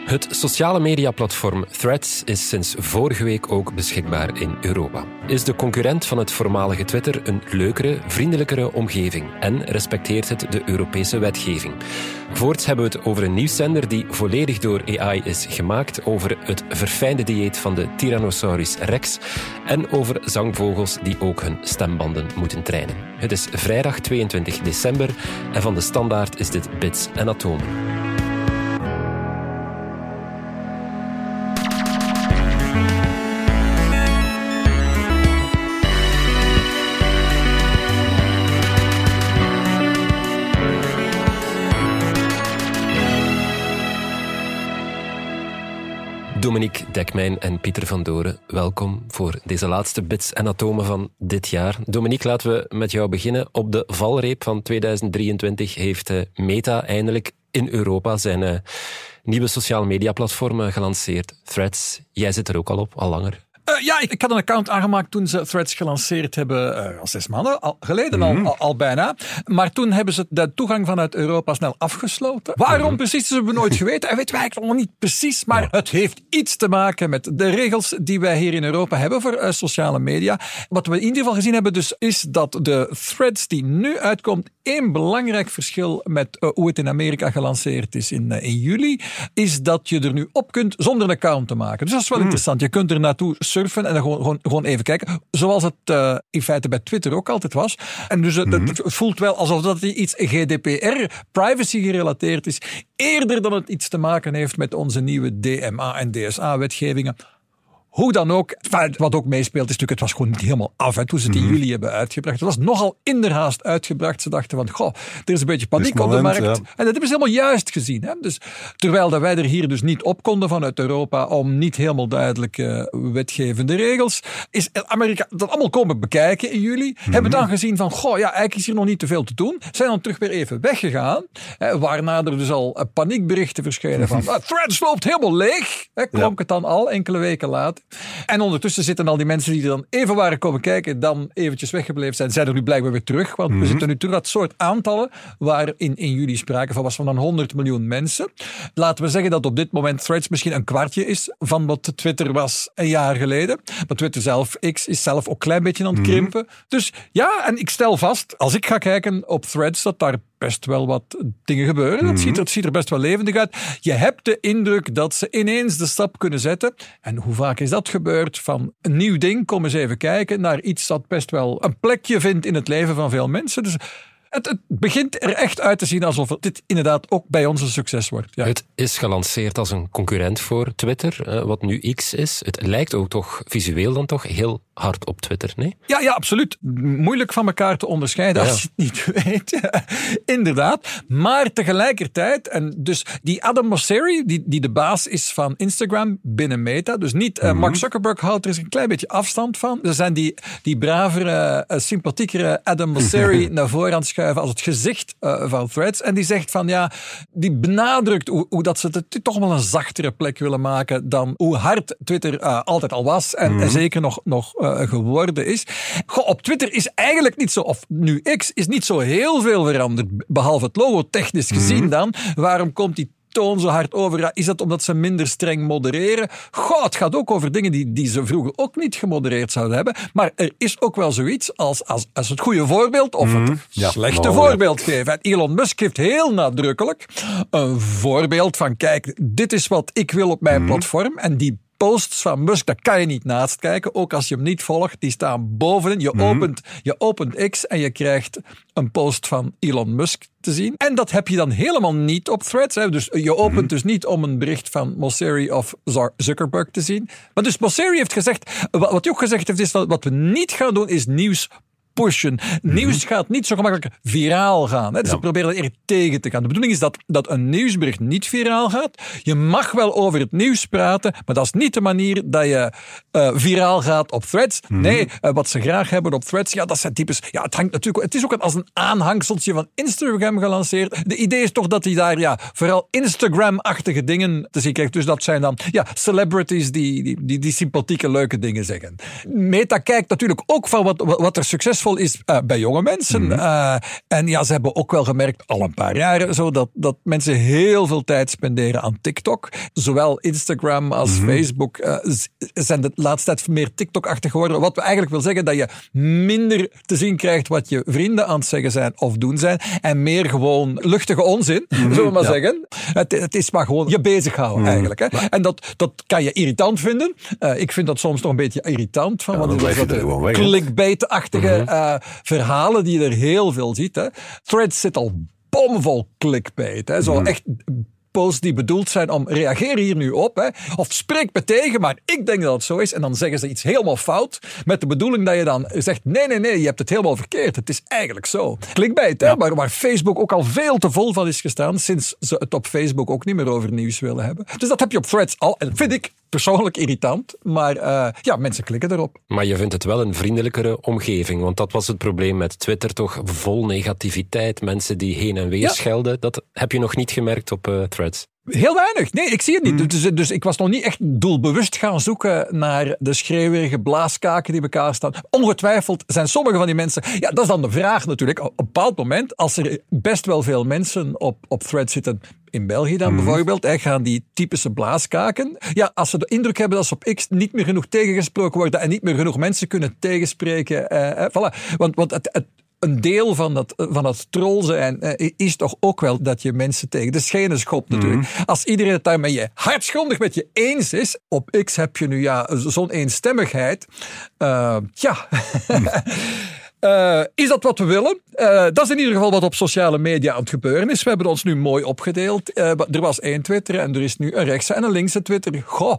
Het sociale mediaplatform Threads is sinds vorige week ook beschikbaar in Europa. Is de concurrent van het voormalige Twitter een leukere, vriendelijkere omgeving en respecteert het de Europese wetgeving? Voorts hebben we het over een nieuwszender die volledig door AI is gemaakt, over het verfijnde dieet van de Tyrannosaurus Rex en over zangvogels die ook hun stembanden moeten trainen. Het is vrijdag 22 december en van de Standaard is dit Bits en Atomen. Dominique Dekmijn en Pieter van Doren, welkom voor deze laatste Bits en Atomen van dit jaar. Dominique, laten we met jou beginnen. Op de valreep van 2023 heeft Meta eindelijk in Europa zijn nieuwe sociale mediaplatform gelanceerd. Threads, jij zit er ook al op, al langer. Ja, ik had een account aangemaakt toen ze Threads gelanceerd hebben, al 6 maanden geleden, al bijna. Maar toen hebben ze de toegang vanuit Europa snel afgesloten. Waarom precies, dat hebben we nooit geweten. En weten wij eigenlijk nog niet precies, maar het heeft iets te maken met de regels die wij hier in Europa hebben voor sociale media. Wat we in ieder geval gezien hebben dus, is dat de Threads die nu uitkomt, één belangrijk verschil met hoe het in Amerika gelanceerd is in juli, is dat je er nu op kunt zonder een account te maken. Dus dat is wel interessant. Je kunt er naartoe surfen en dan gewoon even kijken. Zoals het in feite bij Twitter ook altijd was. En dus het voelt wel alsof dat iets GDPR, privacy gerelateerd is, eerder dan het iets te maken heeft met onze nieuwe DMA en DSA-wetgevingen. Hoe dan ook, wat ook meespeelt is natuurlijk, het was gewoon niet helemaal af toen ze het in juli hebben uitgebracht. Het was nogal inderhaast uitgebracht. Ze dachten van, er is een beetje paniek op de markt. Ja. En dat hebben ze helemaal juist gezien. Hè? Dus, terwijl dat wij er hier dus niet op konden vanuit Europa om niet helemaal duidelijke wetgevende regels, is Amerika dat allemaal komen bekijken in juli. Hebben dan gezien van, eigenlijk is hier nog niet te veel te doen. Zijn dan terug weer even weggegaan. Waarna er dus al paniekberichten verschenen van, Threads loopt helemaal leeg. Klonk het dan al enkele weken later. En ondertussen zitten al die mensen die er dan even waren komen kijken, dan eventjes weggebleven zijn er nu blijkbaar weer terug. Want we zitten nu terug dat soort aantallen waar in juli sprake van was van dan 100 miljoen mensen. Laten we zeggen dat op dit moment Threads misschien een kwartje is van wat Twitter was een jaar geleden. Maar Twitter zelf, X, is zelf ook een klein beetje aan het krimpen. Dus ja, en ik stel vast, als ik ga kijken op Threads, dat daar best wel wat dingen gebeuren. Het ziet er best wel levendig uit. Je hebt de indruk dat ze ineens de stap kunnen zetten. En hoe vaak is dat gebeurd? Van een nieuw ding, kom eens even kijken, naar iets dat best wel een plekje vindt in het leven van veel mensen. Dus het begint er echt uit te zien alsof dit inderdaad ook bij ons een succes wordt. Ja. Het is gelanceerd als een concurrent voor Twitter, wat nu X is. Het lijkt ook toch visueel dan toch heel hard op Twitter, nee? Ja, absoluut. Moeilijk van elkaar te onderscheiden als je het niet weet. Inderdaad. Maar tegelijkertijd, en dus die Adam Mosseri, die de baas is van Instagram binnen Meta, dus niet Mark Zuckerberg houdt er eens een klein beetje afstand van. Er zijn die bravere, sympathiekere Adam Mosseri naar voren aan het schuiven als het gezicht van Threads. En die zegt van die benadrukt hoe dat ze het toch wel een zachtere plek willen maken dan hoe hard Twitter altijd al was en zeker nog geworden is. Op Twitter is eigenlijk niet zo, of nu X, is niet zo heel veel veranderd, behalve het logo technisch gezien dan. Waarom komt die toon zo hard over? Ja, is dat omdat ze minder streng modereren? Het gaat ook over dingen die ze vroeger ook niet gemodereerd zouden hebben. Maar er is ook wel zoiets als het goede voorbeeld of het slechte voorbeeld geven. En Elon Musk heeft heel nadrukkelijk een voorbeeld van, kijk, dit is wat ik wil op mijn platform. En die posts van Musk, daar kan je niet naast kijken. Ook als je hem niet volgt, die staan bovenin. Je opent X en je krijgt een post van Elon Musk te zien. En dat heb je dan helemaal niet op Threads. Hè. Dus je opent dus niet om een bericht van Mosseri of Zuckerberg te zien. Maar dus Mosseri heeft gezegd, wat hij ook gezegd heeft, is dat wat we niet gaan doen, is nieuws pushen. Nieuws gaat niet zo gemakkelijk viraal gaan. Hè. Dus ze proberen er tegen te gaan. De bedoeling is dat een nieuwsbericht niet viraal gaat. Je mag wel over het nieuws praten, maar dat is niet de manier dat je viraal gaat op Threads. Nee, wat ze graag hebben op Threads, dat zijn types. Ja, het hangt natuurlijk. Het is ook als een aanhangseltje van Instagram gelanceerd. De idee is toch dat hij daar vooral Instagram-achtige dingen te zien krijgt. Dus dat zijn dan celebrities die sympathieke, leuke dingen zeggen. Meta kijkt natuurlijk ook van wat er succesvol succesvol is bij jonge mensen. En ja, ze hebben ook wel gemerkt, al een paar jaren, zo dat mensen heel veel tijd spenderen aan TikTok. Zowel Instagram als Facebook zijn de laatste tijd meer TikTok-achtig geworden. Wat we eigenlijk wil zeggen, dat je minder te zien krijgt wat je vrienden aan het zeggen zijn of doen zijn. En meer gewoon luchtige onzin, zullen we maar zeggen. Het is maar gewoon je bezighouden eigenlijk. Hè. En dat kan je irritant vinden. Ik vind dat soms nog een beetje irritant. Want er zijn clickbait-achtige verhalen die je er heel veel ziet. Hè. Threads zit al bomvol clickbait. Hè. Zo echt posts die bedoeld zijn om reageer hier nu op. Hè. Of spreek me tegen, maar ik denk dat het zo is. En dan zeggen ze iets helemaal fout. Met de bedoeling dat je dan zegt nee, je hebt het helemaal verkeerd. Het is eigenlijk zo. Clickbait, hè, waar Facebook ook al veel te vol van is gestaan. Sinds ze het op Facebook ook niet meer over nieuws willen hebben. Dus dat heb je op Threads al. En dat vind ik persoonlijk irritant. Maar mensen klikken erop. Maar je vindt het wel een vriendelijkere omgeving. Want dat was het probleem met Twitter. Toch vol negativiteit. Mensen die heen en weer schelden. Dat heb je nog niet gemerkt op Threads. Heel weinig. Nee, ik zie het niet. Dus ik was nog niet echt doelbewust gaan zoeken naar de schreeuwerige blaaskaken die elkaar staan. Ongetwijfeld zijn sommige van die mensen... Ja, dat is dan de vraag natuurlijk. Op een bepaald moment, als er best wel veel mensen op Threads zitten... In België dan bijvoorbeeld, gaan die typische blaaskaken. Ja, als ze de indruk hebben dat ze op X niet meer genoeg tegengesproken worden en niet meer genoeg mensen kunnen tegenspreken. Voilà. Want een deel van dat troll zijn is toch ook wel dat je mensen tegen de schenen schopt natuurlijk. Als iedereen het daarmee hartgrondig met je eens is, op X heb je nu zo'n eenstemmigheid. Is dat wat we willen? Dat is in ieder geval wat op sociale media aan het gebeuren is. We hebben ons nu mooi opgedeeld. Er was één Twitter en er is nu een rechtse en een linkse Twitter. Goh,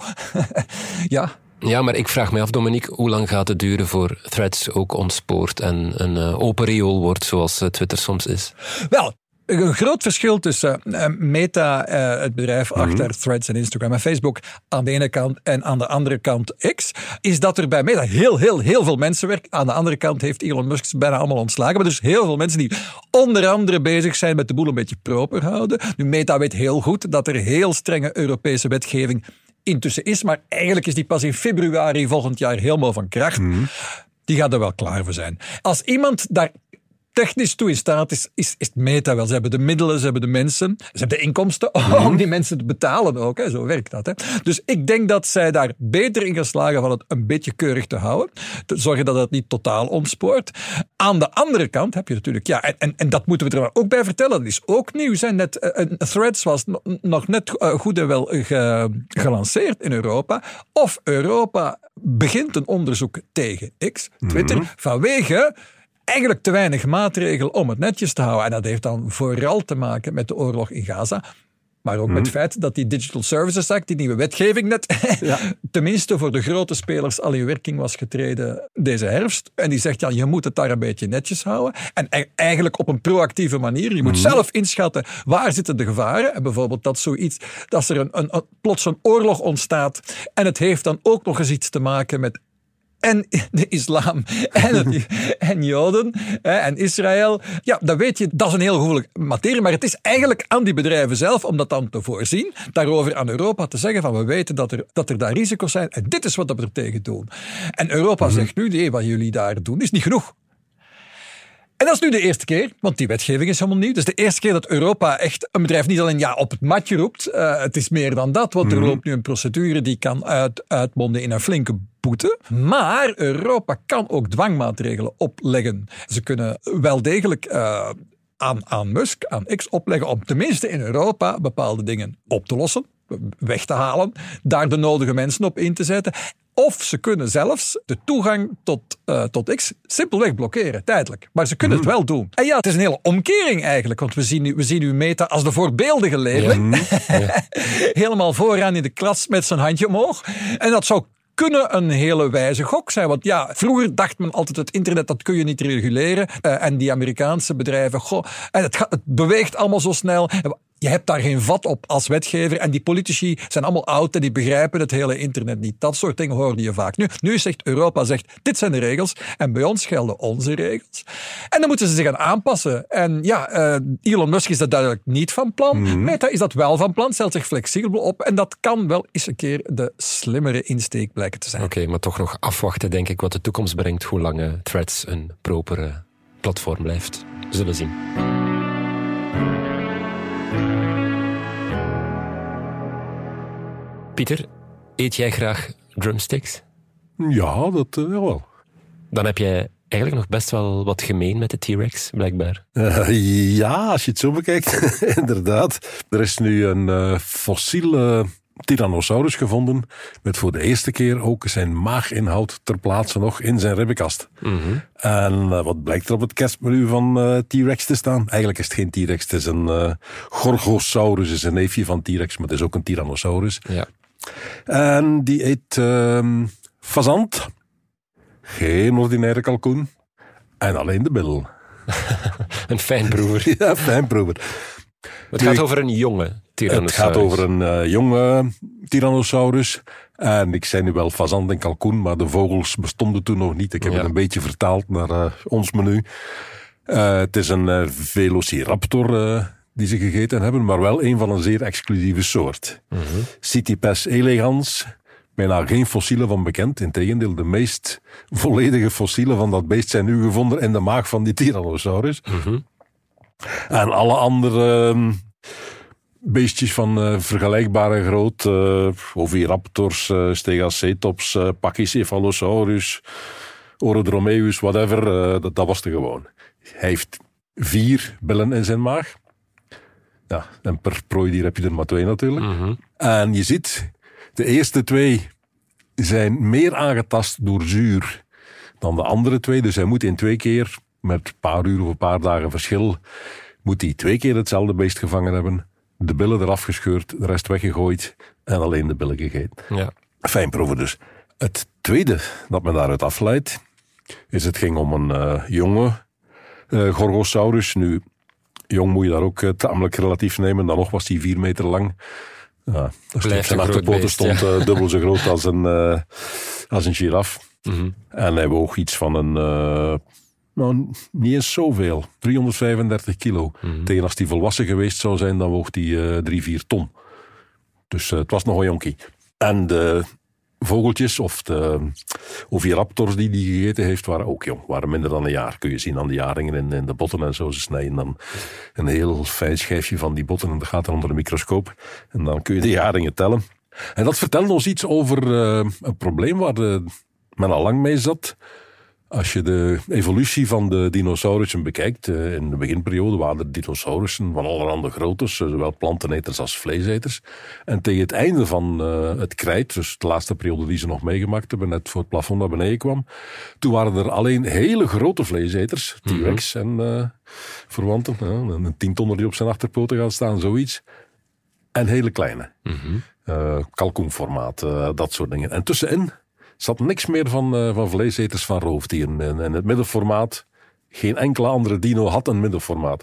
ja. Ja, maar ik vraag me af, Dominique, hoe lang gaat het duren voor Threads ook ontspoort en een open riool wordt zoals Twitter soms is? Wel, een groot verschil tussen Meta, het bedrijf achter Threads en Instagram en Facebook aan de ene kant en aan de andere kant X, is dat er bij Meta heel veel mensen werken. Aan de andere kant heeft Elon Musk ze bijna allemaal ontslagen. Maar dus heel veel mensen die onder andere bezig zijn met de boel een beetje proper houden. Nu, Meta weet heel goed dat er heel strenge Europese wetgeving intussen is, maar eigenlijk is die pas in februari volgend jaar helemaal van kracht. Die gaat er wel klaar voor zijn. Als iemand daar technisch toe in staat is het Meta wel. Ze hebben de middelen, ze hebben de mensen, ze hebben de inkomsten om die mensen te betalen ook. Hè. Zo werkt dat. Hè. Dus ik denk dat zij daar beter in gaan slagen van het een beetje keurig te houden. Te zorgen dat het niet totaal ontspoort. Aan de andere kant heb je natuurlijk, en dat moeten we er ook bij vertellen, dat is ook nieuws. Hè. Threads was nog net goed en wel gelanceerd in Europa. Of Europa begint een onderzoek tegen X, Twitter, vanwege eigenlijk te weinig maatregelen om het netjes te houden. En dat heeft dan vooral te maken met de oorlog in Gaza. Maar ook met het feit dat die Digital Services Act, die nieuwe wetgeving net, tenminste voor de grote spelers al in werking was getreden deze herfst. En die zegt, je moet het daar een beetje netjes houden. En eigenlijk op een proactieve manier. Je moet zelf inschatten, waar zitten de gevaren? En bijvoorbeeld dat er plots een oorlog ontstaat. En het heeft dan ook nog eens iets te maken met en de islam en Joden en Israël. Ja, dan weet je, dat is een heel gevoelige materie, maar het is eigenlijk aan die bedrijven zelf om dat dan te voorzien, daarover aan Europa te zeggen van we weten dat er daar risico's zijn en dit is wat we er tegen doen. En Europa zegt nu, nee, wat jullie daar doen is niet genoeg. En dat is nu de eerste keer, want die wetgeving is helemaal nieuw. Dus de eerste keer dat Europa echt een bedrijf niet alleen op het matje roept. Het is meer dan dat, want er loopt nu een procedure die kan uitmonden in een flinke boete. Maar Europa kan ook dwangmaatregelen opleggen. Ze kunnen wel degelijk aan Musk, aan X opleggen om tenminste in Europa bepaalde dingen op te lossen, weg te halen, daar de nodige mensen op in te zetten. Of ze kunnen zelfs de toegang tot X simpelweg blokkeren, tijdelijk. Maar ze kunnen het wel doen. En ja, het is een hele omkering eigenlijk. Want we zien nu Meta als de voorbeeldige leerling. Helemaal vooraan in de klas met zijn handje omhoog. En dat zou kunnen een hele wijze gok zijn. Want vroeger dacht men altijd het internet, dat kun je niet reguleren. En die Amerikaanse bedrijven, en het beweegt allemaal zo snel. je hebt daar geen vat op als wetgever. En die politici zijn allemaal oud en die begrijpen het hele internet niet. Dat soort dingen hoorde je vaak. Nu zegt Europa, dit zijn de regels. En bij ons gelden onze regels. En dan moeten ze zich gaan aanpassen. En Elon Musk is dat duidelijk niet van plan. Meta is dat wel van plan, stelt zich flexibel op. En dat kan wel eens een keer de slimmere insteek blijken te zijn. Oké, maar toch nog afwachten, denk ik, wat de toekomst brengt. Hoe lang Threads een propere platform blijft. We zullen zien. Pieter, eet jij graag drumsticks? Ja, dat wel. Dan heb jij eigenlijk nog best wel wat gemeen met de T-Rex, blijkbaar. Ja, als je het zo bekijkt, inderdaad. Er is nu een fossiele Tyrannosaurus gevonden, met voor de eerste keer ook zijn maaginhoud ter plaatse nog in zijn ribbenkast. En wat blijkt er op het kerstmenu van T-Rex te staan? Eigenlijk is het geen T-Rex, het is een Gorgosaurus, is een neefje van T-Rex, maar het is ook een Tyrannosaurus. Ja. En die eet fazant, geen ordinaire kalkoen en alleen de bil. Een fijnproever. Ja, fijnproever. Het gaat over een jonge Tyrannosaurus. Het gaat over een jonge Tyrannosaurus. En ik zei nu wel fazant en kalkoen, maar de vogels bestonden toen nog niet. Ik heb het een beetje vertaald naar ons menu. Het is een velociraptor die ze gegeten hebben, maar wel een van een zeer exclusieve soort. Cytipes elegans. Bijna geen fossielen van bekend. Integendeel, de meest volledige fossielen van dat beest zijn nu gevonden in de maag van die Tyrannosaurus. En alle andere beestjes van vergelijkbare grootte, Oviraptors, Stegacetops, Pachycephalosaurus, Orodromeus, whatever, dat was er gewoon. Hij heeft 4 billen in zijn maag. Ja, en per prooidier heb je er maar 2 natuurlijk. En je ziet, de eerste 2 zijn meer aangetast door zuur dan de andere 2. Dus hij moet in 2 keer, met een paar uur of een paar dagen verschil, moet hij 2 keer hetzelfde beest gevangen hebben. De billen eraf gescheurd, de rest weggegooid en alleen de billen gegeten. Ja. Fijnproeven dus. Het tweede dat men daaruit afleidt, is het ging om een jonge Gorgosaurus. Nu, jong moet je daar ook tamelijk relatief nemen. Dan nog was hij 4 meter lang. Ja, zijn achterpoten stond dubbel zo groot als een giraf. En hij woog iets van een... niet eens zoveel. 335 kilo. Tegen als hij volwassen geweest zou zijn, dan woog hij 3-4 ton. Dus het was nog een jonkie. En de vogeltjes, of de oviraptors die hij gegeten heeft, waren ook jong. Waren minder dan een jaar. Kun je zien aan de jaringen en de botten en zo. Ze snijden dan een heel fijn schijfje van die botten en dat gaat dan onder de microscoop. En dan kun je de jaringen tellen. En dat vertelde ons iets over een probleem waar men al lang mee zat. Als je de evolutie van de dinosaurussen bekijkt, in de beginperiode waren er dinosaurussen van allerhande groottes, zowel planteneters als vleeseters. En tegen het einde van het krijt, dus de laatste periode die ze nog meegemaakt hebben, net voor het plafond naar beneden kwam, toen waren er alleen hele grote vleeseters, T-Rex en verwanten, een 10-tonner die op zijn achterpoten gaat staan, zoiets. En hele kleine, kalkoenformaat, dat soort dingen. En tussenin zat niks meer van vleeseters van roofdieren. En het middenformaat, geen enkele andere dino had een middenformaat.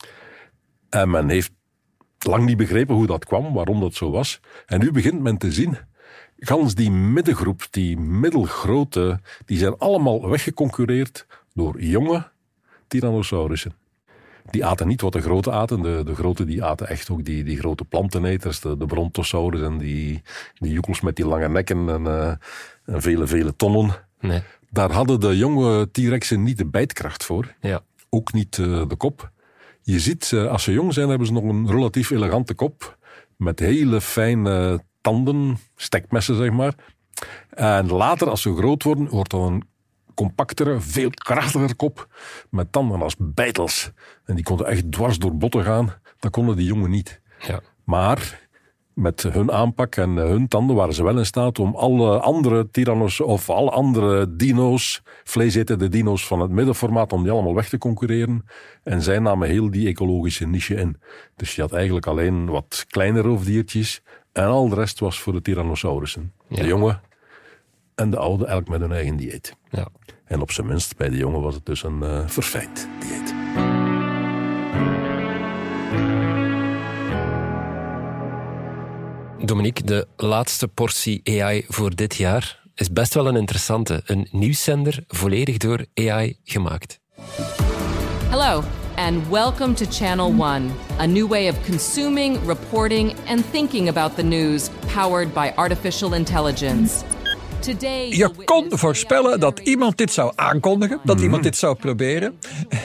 En men heeft lang niet begrepen hoe dat kwam, waarom dat zo was. En nu begint men te zien, gans die middengroep, die middelgrote, die zijn allemaal weggeconcurreerd door jonge Tyrannosaurussen. Die aten niet wat de grote aten. De grote die aten echt ook die grote planteneters, de Brontosaurus en die joekels met die lange nekken en vele tonnen. Nee. Daar hadden de jonge T-Rexen niet de bijtkracht voor. Ja. Ook niet de kop. Je ziet, als ze jong zijn, hebben ze nog een relatief elegante kop. Met hele fijne tanden, stekmessen zeg maar. En later, als ze groot worden, wordt dan een compactere, veel krachtiger kop. Met tanden als bijtels. En die konden echt dwars door botten gaan. Dat konden die jongen niet. Ja. Maar met hun aanpak en hun tanden waren ze wel in staat om alle andere tyrannos of alle andere dino's, vleesetende dino's van het middenformaat, om die allemaal weg te concurreren. En zij namen heel die ecologische niche in. Dus je had eigenlijk alleen wat kleine roofdiertjes en al de rest was voor de Tyrannosaurussen. Ja. De jonge en de oude, elk met hun eigen dieet. Ja. En op zijn minst, bij de jongen was het dus een verfijnd dieet. Dominique, de laatste portie AI voor dit jaar is best wel een interessante. Een nieuwszender volledig door AI gemaakt. Hello, and welcome to Channel One, a new way of consuming, reporting, and thinking about the news, powered by artificial intelligence. Je kon voorspellen dat iemand dit zou aankondigen, dat iemand dit zou proberen.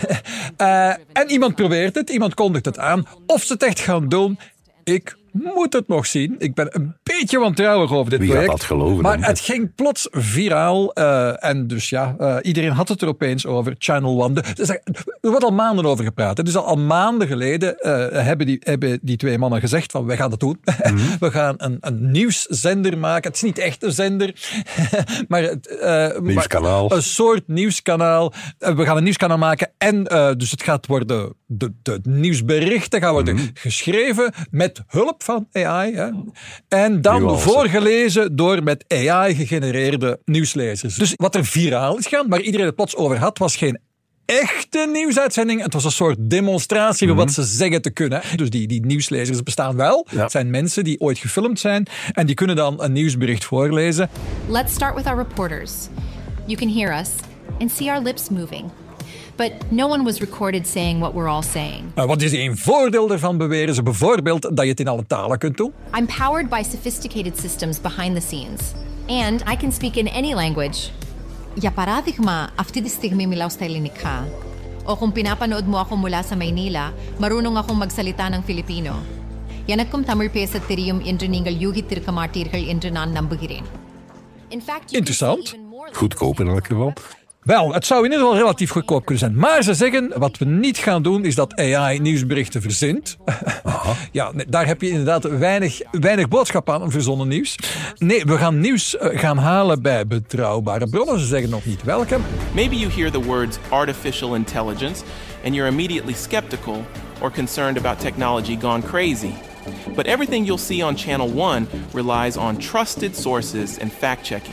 En iemand probeert het, iemand kondigt het aan. Of ze het echt gaan doen, ik moet het nog zien. Ik ben een beetje wantrouwig over dit project. Wie gaat dat geloven? Maar het ging plots viraal. En dus iedereen had het er opeens over. Channel One. Er wordt al maanden over gepraat. Dus al maanden geleden hebben die twee mannen gezegd van wij gaan dat doen. We gaan een nieuwszender maken. Het is niet echt een zender. Maar nieuwskanaal. Een soort nieuwskanaal. We gaan een nieuwskanaal maken. En dus het gaat worden de nieuwsberichten gaan worden geschreven met hulp van AI. Hè? En dan voorgelezen door met AI gegenereerde nieuwslezers. Dus wat er viraal is gaan, waar iedereen het plots over had, was geen echte nieuwsuitzending. Het was een soort demonstratie van wat ze zeggen te kunnen. Dus die nieuwslezers bestaan wel. Ja. Het zijn mensen die ooit gefilmd zijn en die kunnen dan een nieuwsbericht voorlezen. Let's start with our reporters. You can hear us and see our lips moving. But no one was recorded saying what we're all saying. Wat is een voordeel daarvan, beweren ze? Bijvoorbeeld dat je het in alle talen kunt doen. I'm powered by sophisticated systems behind the scenes. And I can speak in any language. Για παράδειγμα, αυτή τη στιγμή μιλάω στα ελληνικά. O kung pinapanood mo ako mula sa Maynila, marunong akong magsalita ng Filipino. எனக்கும் தமிழ் பேசத் தெரியும் என்று நீங்கள் யூகித்திருக்க மாட்டீர்கள் என்று நான் nambugireen. In fact, interessant. Goedkoop in elk geval. Wel, het zou in ieder geval relatief goedkoop kunnen zijn. Maar ze zeggen, wat we niet gaan doen, is dat AI nieuwsberichten verzint. Ja, nee, daar heb je inderdaad weinig boodschap aan, verzonnen nieuws. Nee, we gaan nieuws gaan halen bij betrouwbare bronnen. Ze zeggen nog niet welke. Maybe you hear the words artificial intelligence and you're immediately skeptical or concerned about technology gone crazy. But everything you'll see on Channel One relies on trusted sources and fact-checking.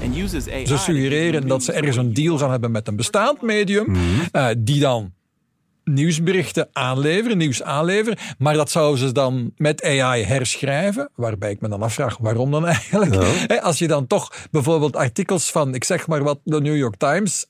Ze suggereren dat ze ergens een deal gaan hebben met een bestaand medium, die dan nieuwsberichten aanleveren, nieuws aanleveren, maar dat zouden ze dan met AI herschrijven, waarbij ik me dan afvraag, waarom dan eigenlijk? Ja. Als je dan toch bijvoorbeeld artikels van, ik zeg maar wat, de New York Times,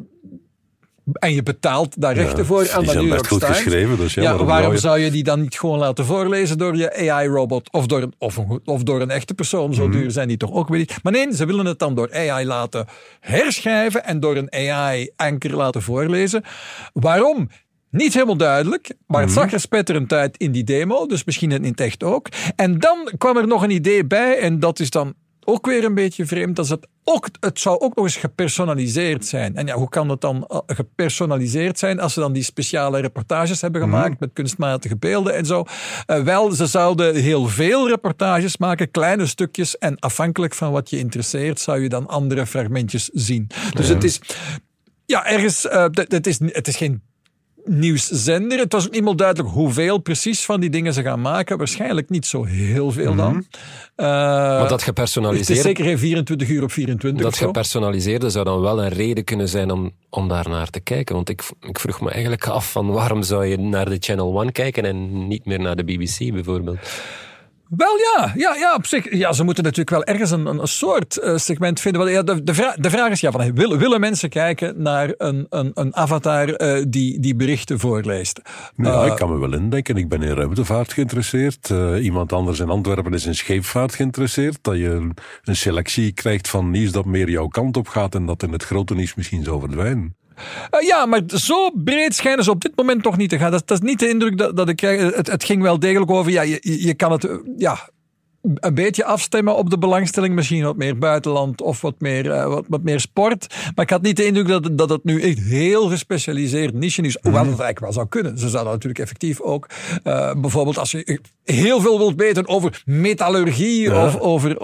en je betaalt daar rechten voor aan de New York Times. Geschreven, dus waarom zou je die dan niet gewoon laten voorlezen door je AI-robot of door een echte persoon? Zo duur zijn die toch ook weer niet. Maar nee, ze willen het dan door AI laten herschrijven en door een AI-anker laten voorlezen. Waarom? Niet helemaal duidelijk, maar het zag er spetterend uit in die demo, dus misschien in het echt ook. En dan kwam er nog een idee bij en dat is dan ook weer een beetje vreemd, dat het zou ook nog eens gepersonaliseerd zijn. En ja, hoe kan het dan gepersonaliseerd zijn als ze dan die speciale reportages hebben gemaakt met kunstmatige beelden en zo? Wel, ze zouden heel veel reportages maken, kleine stukjes, en afhankelijk van wat je interesseert zou je dan andere fragmentjes zien. Dus het is ergens, het is geen nieuwszender. Het was ook niet meer duidelijk hoeveel precies van die dingen ze gaan maken. Waarschijnlijk niet zo heel veel dan. Maar dat gepersonaliseerde... Het is zeker geen 24 uur op 24. Dat gepersonaliseerde zou dan wel een reden kunnen zijn om daar naar te kijken. Want ik vroeg me eigenlijk af van waarom zou je naar de Channel One kijken en niet meer naar de BBC bijvoorbeeld? Wel ja, op zich. Ja, ze moeten natuurlijk wel ergens een soort segment vinden. De vraag is, willen mensen kijken naar een avatar die berichten voorleest? Ik kan me wel indenken. Ik ben in ruimtevaart geïnteresseerd. Iemand anders in Antwerpen is in scheepvaart geïnteresseerd. Dat je een selectie krijgt van nieuws dat meer jouw kant op gaat en dat in het grote nieuws misschien zou verdwijnen. Ja, maar zo breed schijnen ze op dit moment toch niet te gaan. Dat is niet de indruk dat ik krijg. Het ging wel degelijk over, je kan het een beetje afstemmen op de belangstelling. Misschien wat meer buitenland of wat meer sport. Maar ik had niet de indruk dat het nu echt heel gespecialiseerd niche is. Hoewel het eigenlijk wel zou kunnen. Ze zouden natuurlijk effectief ook bijvoorbeeld als je heel veel wilt weten over metallurgie of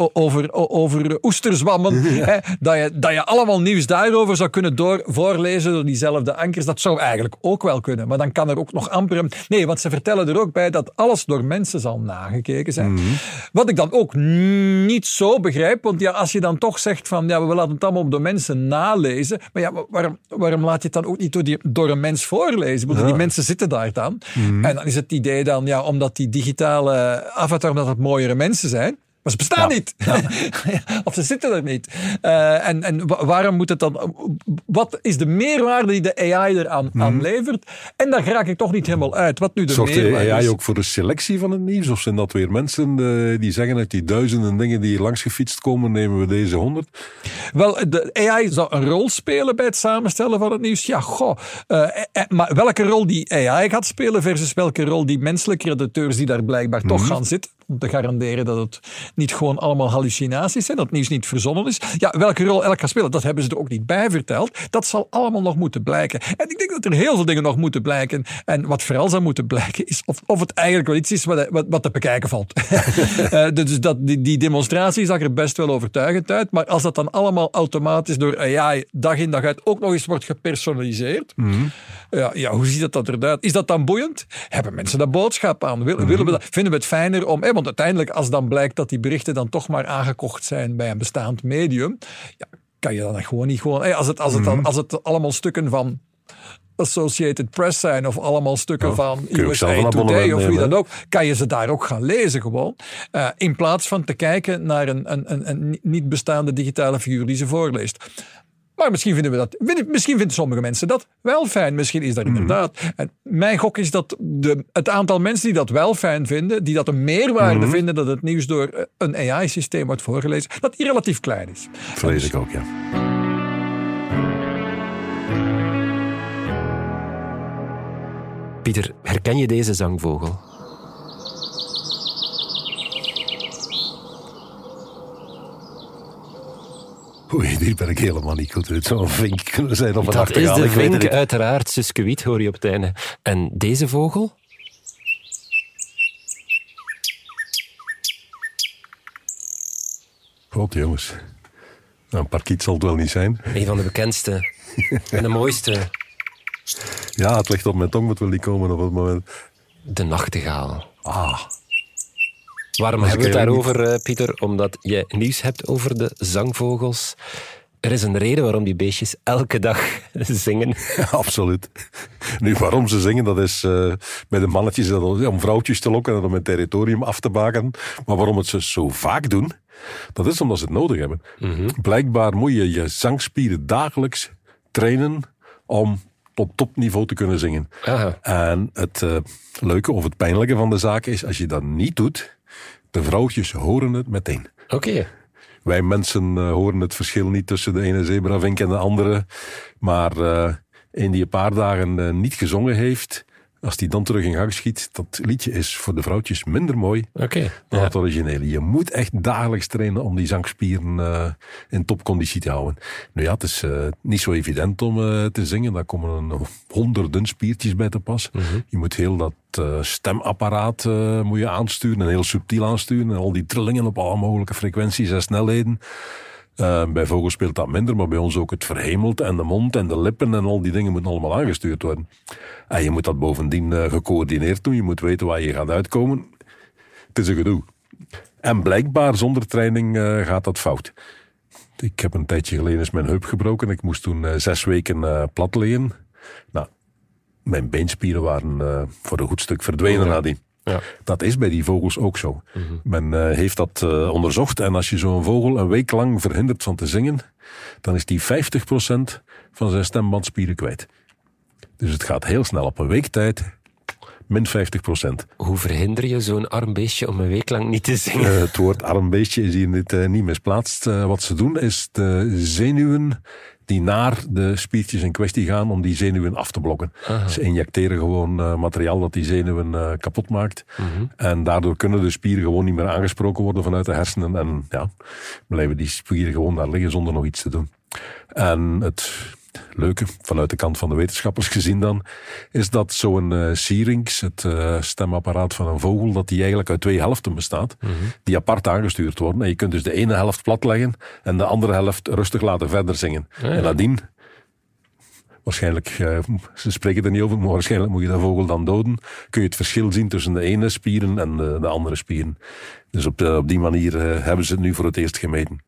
over oesterzwammen, dat je allemaal nieuws daarover zou kunnen voorlezen door diezelfde ankers. Dat zou eigenlijk ook wel kunnen. Maar dan kan er ook nog amper... Nee, want ze vertellen er ook bij dat alles door mensen zal nagekeken zijn. Wat Wat ik dan ook niet zo begrijp, want ja, als je dan toch zegt van ja, we laten het allemaal op de mensen nalezen, maar ja, waarom laat je het dan ook niet door een mens voorlezen? Want die mensen zitten daar dan. En dan is het idee dan, ja, omdat die digitale avatar, omdat het mooiere mensen zijn. Maar ze bestaan niet. Ja. Of ze zitten er niet. En waarom moet het dan... Wat is de meerwaarde die de AI eraan levert? En daar raak ik toch niet helemaal uit. Wat nu de meerwaarde Zorgt de AI is. ook voor de selectie van het nieuws? Of zijn dat weer mensen die zeggen uit die duizenden dingen die hier langs gefietst komen, nemen we deze 100? Wel, de AI zou een rol spelen bij het samenstellen van het nieuws. Ja, maar welke rol die AI gaat spelen versus welke rol die menselijke redacteurs die daar blijkbaar toch gaan zitten, om te garanderen dat het niet gewoon allemaal hallucinaties zijn, dat het nieuws niet verzonnen is. Ja, welke rol elk gaat spelen, dat hebben ze er ook niet bij verteld. Dat zal allemaal nog moeten blijken. En ik denk dat er heel veel dingen nog moeten blijken. En wat vooral zou moeten blijken, is of het eigenlijk wel iets is wat te bekijken valt. Dus die demonstratie zag er best wel overtuigend uit, maar als dat dan allemaal automatisch door AI dag in dag uit ook nog eens wordt gepersonaliseerd, ja, hoe ziet dat eruit? Is dat dan boeiend? Hebben mensen daar boodschap aan? Willen we dat? Vinden we het fijner om... want uiteindelijk, als dan blijkt dat die berichten dan toch maar aangekocht zijn bij een bestaand medium, ja, kan je dan gewoon niet gewoon... Als het allemaal stukken van Associated Press zijn of allemaal stukken van USA Today of wie dan ook, kan je ze daar ook gaan lezen gewoon. In plaats van te kijken naar een niet bestaande digitale figuur die ze voorleest. Maar misschien vinden sommige mensen dat wel fijn. Misschien is dat inderdaad. En mijn gok is dat het aantal mensen die dat wel fijn vinden, die dat een meerwaarde vinden dat het nieuws door een AI-systeem wordt voorgelezen, dat die relatief klein is. Vrees ik ook, ja. Pieter, herken je deze zangvogel? Oei, hier ben ik helemaal niet goed. Het zou een vink kunnen zijn op een Dat is nachtegaal. de vink, uiteraard. Suske Wiet hoor je op het einde. En deze vogel? God, jongens. Nou, een parkiet zal het wel niet zijn. Een van de bekendste. En de mooiste. Ja, het ligt op mijn tong, moet wel niet komen op het moment. De nachtegaal. Ah. Waarom hebben we het daarover, Pieter? Omdat je nieuws hebt over de zangvogels. Er is een reden waarom die beestjes elke dag zingen. Ja, absoluut. Nu, waarom ze zingen, dat is bij de mannetjes om vrouwtjes te lokken en om hun territorium af te baken. Maar waarom het ze zo vaak doen, dat is omdat ze het nodig hebben. Blijkbaar moet je je zangspieren dagelijks trainen om op topniveau te kunnen zingen. Aha. En het leuke of het pijnlijke van de zaak is, als je dat niet doet, de vrouwtjes horen het meteen. Oké. Wij mensen horen het verschil niet tussen de ene zebravink en de andere. Maar een die een paar dagen niet gezongen heeft, als die dan terug in gang schiet, dat liedje is voor de vrouwtjes minder mooi dan het originele. Je moet echt dagelijks trainen om die zangspieren in topconditie te houden. Nou ja, het is niet zo evident om te zingen. Daar komen honderden spiertjes bij te pas. Je moet heel dat stemapparaat moet je aansturen en heel subtiel aansturen. En al die trillingen op alle mogelijke frequenties en snelheden. Bij vogels speelt dat minder, maar bij ons ook het verhemelte en de mond en de lippen en al die dingen moeten allemaal aangestuurd worden. En je moet dat bovendien gecoördineerd doen. Je moet weten waar je gaat uitkomen. Het is een gedoe. En blijkbaar zonder training gaat dat fout. Ik heb een tijdje geleden eens mijn heup gebroken. Ik moest toen 6 weken plat liggen. Nou, mijn beenspieren waren voor een goed stuk verdwenen nadien. Ja. Dat is bij die vogels ook zo. Men heeft dat onderzocht en als je zo'n vogel een week lang verhindert van te zingen, dan is die 50% van zijn stembandspieren kwijt. Dus het gaat heel snel op een week tijd, min 50%. Hoe verhinder je zo'n arm beestje om een week lang niet te zingen? Het woord arm beestje is hier niet misplaatst. Wat ze doen is de zenuwen die naar de spiertjes in kwestie gaan om die zenuwen af te blokken. Aha. Ze injecteren gewoon materiaal dat die zenuwen kapot maakt. En daardoor kunnen de spieren gewoon niet meer aangesproken worden vanuit de hersenen. En ja, blijven die spieren gewoon daar liggen zonder nog iets te doen. En het leuke, vanuit de kant van de wetenschappers gezien dan, is dat zo'n syrinx, het stemapparaat van een vogel, dat die eigenlijk uit 2 helften bestaat, die apart aangestuurd worden. En je kunt dus de ene helft platleggen en de andere helft rustig laten verder zingen. Ja. En nadien Waarschijnlijk, ze spreken er niet over, maar waarschijnlijk moet je de vogel dan doden. Kun je het verschil zien tussen de ene spieren en de andere spieren. Dus op die manier hebben ze het nu voor het eerst gemeten.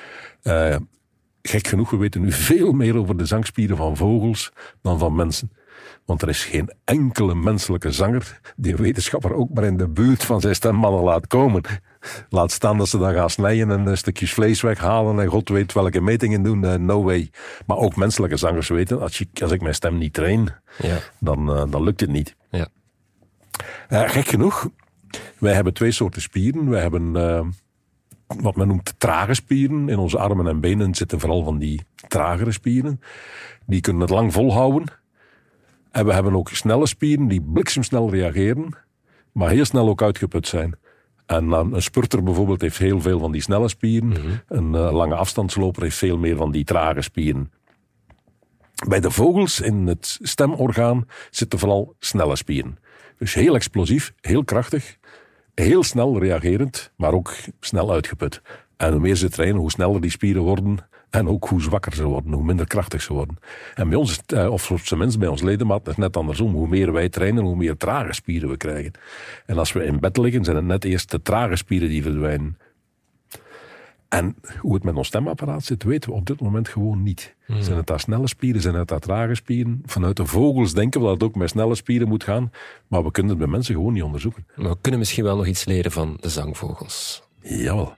Gek genoeg, we weten nu veel meer over de zangspieren van vogels dan van mensen. Want er is geen enkele menselijke zanger die een wetenschapper ook maar in de buurt van zijn stembanden laat komen. Laat staan dat ze dan gaan snijden en stukjes vlees weghalen en God weet welke metingen doen. No way. Maar ook menselijke zangers weten, als ik mijn stem niet train, dan lukt het niet. Ja. Gek genoeg, wij hebben 2 soorten spieren. Wij hebben wat men noemt trage spieren. In onze armen en benen zitten vooral van die tragere spieren. Die kunnen het lang volhouden. En we hebben ook snelle spieren die bliksemsnel reageren, maar heel snel ook uitgeput zijn. En een spurter bijvoorbeeld heeft heel veel van die snelle spieren. Mm-hmm. Een lange afstandsloper heeft veel meer van die trage spieren. Bij de vogels in het stemorgaan zitten vooral snelle spieren. Dus heel explosief, heel krachtig, heel snel reagerend, maar ook snel uitgeput. En hoe meer ze trainen, hoe sneller die spieren worden en ook hoe zwakker ze worden, hoe minder krachtig ze worden. En bij ons, of op zijn minst bij ons ledemaat, is het net andersom. Hoe meer wij trainen, hoe meer trage spieren we krijgen. En als we in bed liggen, zijn het net eerst de trage spieren die verdwijnen. En hoe het met ons stemapparaat zit, weten we op dit moment gewoon niet. Zijn het daar snelle spieren, zijn het daar trage spieren? Vanuit de vogels denken we dat het ook met snelle spieren moet gaan, maar we kunnen het bij mensen gewoon niet onderzoeken. Maar we kunnen misschien wel nog iets leren van de zangvogels. Jawel.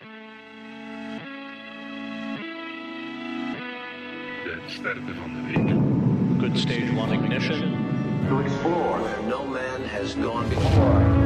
De sterren van de week. Good stage 1 ignition. To explore where no man has gone before.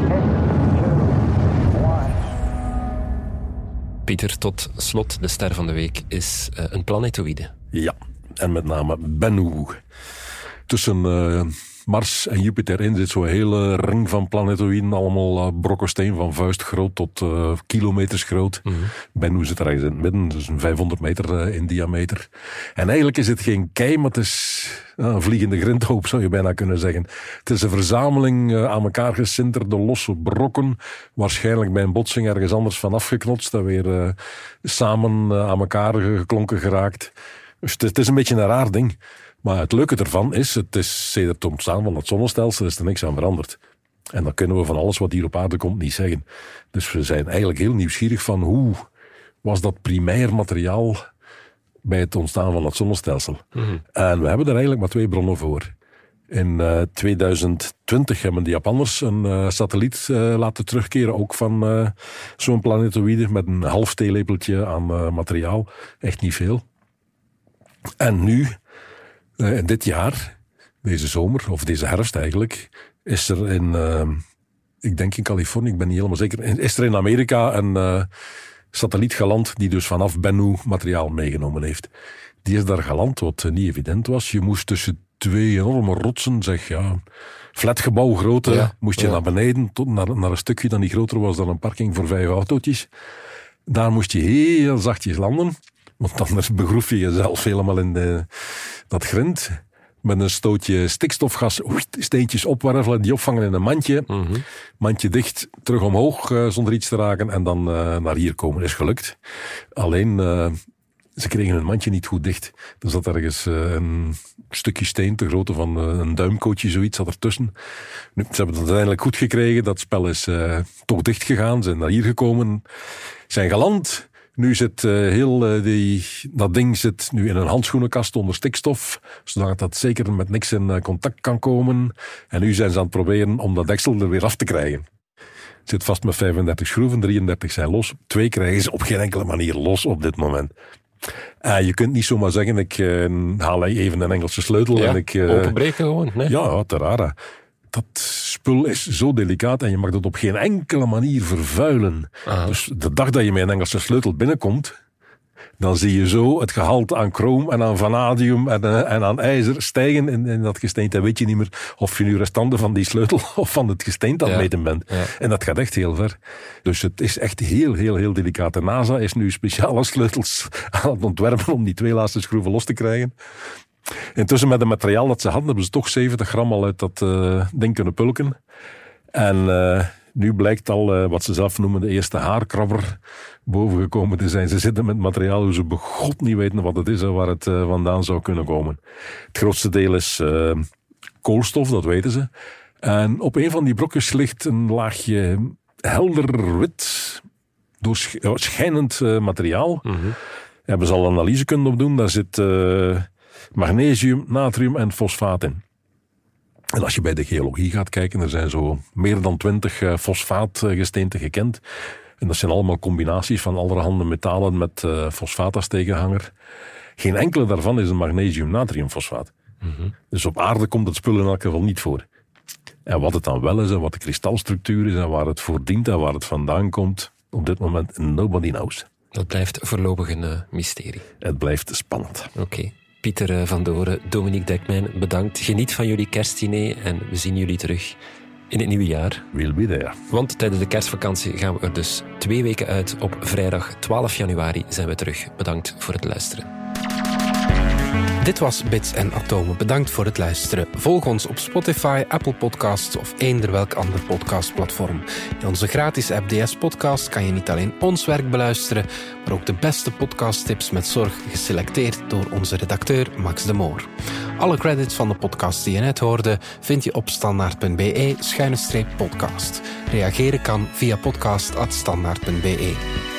Pieter, tot slot, de ster van de week is een planetoïde. Ja, en met name Bennu. Tussen Mars en Jupiter in zit zo'n hele ring van planetoïden. Allemaal brokken steen van vuistgroot tot kilometers groot. Mm-hmm. Bennu zit er ergens in het midden, dus een 500 meter in diameter. En eigenlijk is het geen kei, maar het is een vliegende grindhoop, zou je bijna kunnen zeggen. Het is een verzameling aan elkaar gesinterde losse brokken. Waarschijnlijk bij een botsing ergens anders van afgeknotst en weer samen aan elkaar geklonken geraakt. Dus het is een beetje een raar ding. Maar het leuke ervan is, het is sedert het ontstaan van het zonnestelsel is er niks aan veranderd. En dan kunnen we van alles wat hier op aarde komt niet zeggen. Dus we zijn eigenlijk heel nieuwsgierig van hoe was dat primair materiaal bij het ontstaan van het zonnestelsel. Mm-hmm. En we hebben er eigenlijk maar 2 bronnen voor. In 2020 hebben de Japanners een satelliet laten terugkeren, ook van zo'n planetoïde met een half theelepeltje aan materiaal. Echt niet veel. En nu, dit jaar, deze zomer, of deze herfst eigenlijk, is er ik denk in Californië, ik ben niet helemaal zeker, is er in Amerika een satelliet geland die dus vanaf Bennu materiaal meegenomen heeft. Die is daar geland, wat niet evident was. Je moest tussen 2 enorme rotsen, flatgebouw grootte, moest je naar beneden, tot naar een stukje dat niet groter was dan een parking voor 5 autootjes. Daar moest je heel zachtjes landen. Want anders begroef je jezelf helemaal in dat grind. Met een stootje stikstofgas, steentjes opwervelen, die opvangen in een mandje. Mm-hmm. Mandje dicht, terug omhoog zonder iets te raken en dan naar hier komen. Is gelukt. Alleen, ze kregen hun mandje niet goed dicht. Er zat ergens een stukje steen, te grootte van een duimkootje, zoiets zat ertussen. Nu, ze hebben het uiteindelijk goed gekregen. Dat spel is toch dicht gegaan. Ze zijn naar hier gekomen, zijn geland. Nu zit dat ding zit nu in een handschoenenkast onder stikstof, zodat dat zeker met niks in contact kan komen. En nu zijn ze aan het proberen om dat deksel er weer af te krijgen. Het zit vast met 35 schroeven, 33 zijn los. 2 krijgen ze op geen enkele manier los op dit moment. Je kunt niet zomaar zeggen, ik haal even een Engelse sleutel en ik... openbreken gewoon, nee? Ja, te rara. Dat spul is zo delicaat en je mag dat op geen enkele manier vervuilen. Aha. Dus de dag dat je met een Engelse sleutel binnenkomt, dan zie je zo het gehalte aan chroom en aan vanadium en aan ijzer stijgen in dat gesteente. Dan weet je niet meer of je nu restanten van die sleutel of van het gesteente aan het meten bent. Ja. En dat gaat echt heel ver. Dus het is echt heel, heel, heel delicaat. De NASA is nu speciale sleutels aan het ontwerpen om die 2 laatste schroeven los te krijgen. Intussen met het materiaal dat ze hadden, hebben ze toch 70 gram al uit dat ding kunnen pulken. En Nu blijkt al, wat ze zelf noemen, de eerste haarkrabber bovengekomen te zijn. Ze zitten met materiaal hoe ze begot niet weten wat het is en waar het vandaan zou kunnen komen. Het grootste deel is koolstof, dat weten ze. En op een van die brokjes ligt een laagje helder wit, doorschijnend materiaal. Daar hebben ze al analyse kunnen op doen. Daar zit magnesium, natrium en fosfaat in. En als je bij de geologie gaat kijken, er zijn zo meer dan 20 fosfaatgesteenten gekend. En dat zijn allemaal combinaties van allerhande metalen met fosfaat als tegenhanger. Geen enkele daarvan is een magnesium-natriumfosfaat. Dus op aarde komt het spul in elk geval niet voor. En wat het dan wel is en wat de kristalstructuur is en waar het voor dient en waar het vandaan komt, op dit moment nobody knows. Dat blijft voorlopig een mysterie. Het blijft spannend. Oké. Pieter van Doren, Dominique Dekmijn, bedankt. Geniet van jullie kerstdiner en we zien jullie terug in het nieuwe jaar. We'll be there. Want tijdens de kerstvakantie gaan we er dus 2 weken uit. Op vrijdag 12 januari zijn we terug. Bedankt voor het luisteren. Dit was Bits en Atomen. Bedankt voor het luisteren. Volg ons op Spotify, Apple Podcasts of eender welk ander podcastplatform. In onze gratis app DS Podcast kan je niet alleen ons werk beluisteren, maar ook de beste podcasttips met zorg geselecteerd door onze redacteur Max de Moor. Alle credits van de podcast die je net hoorde vind je op standaard.be/podcast. Reageren kan via podcast@standaard.be.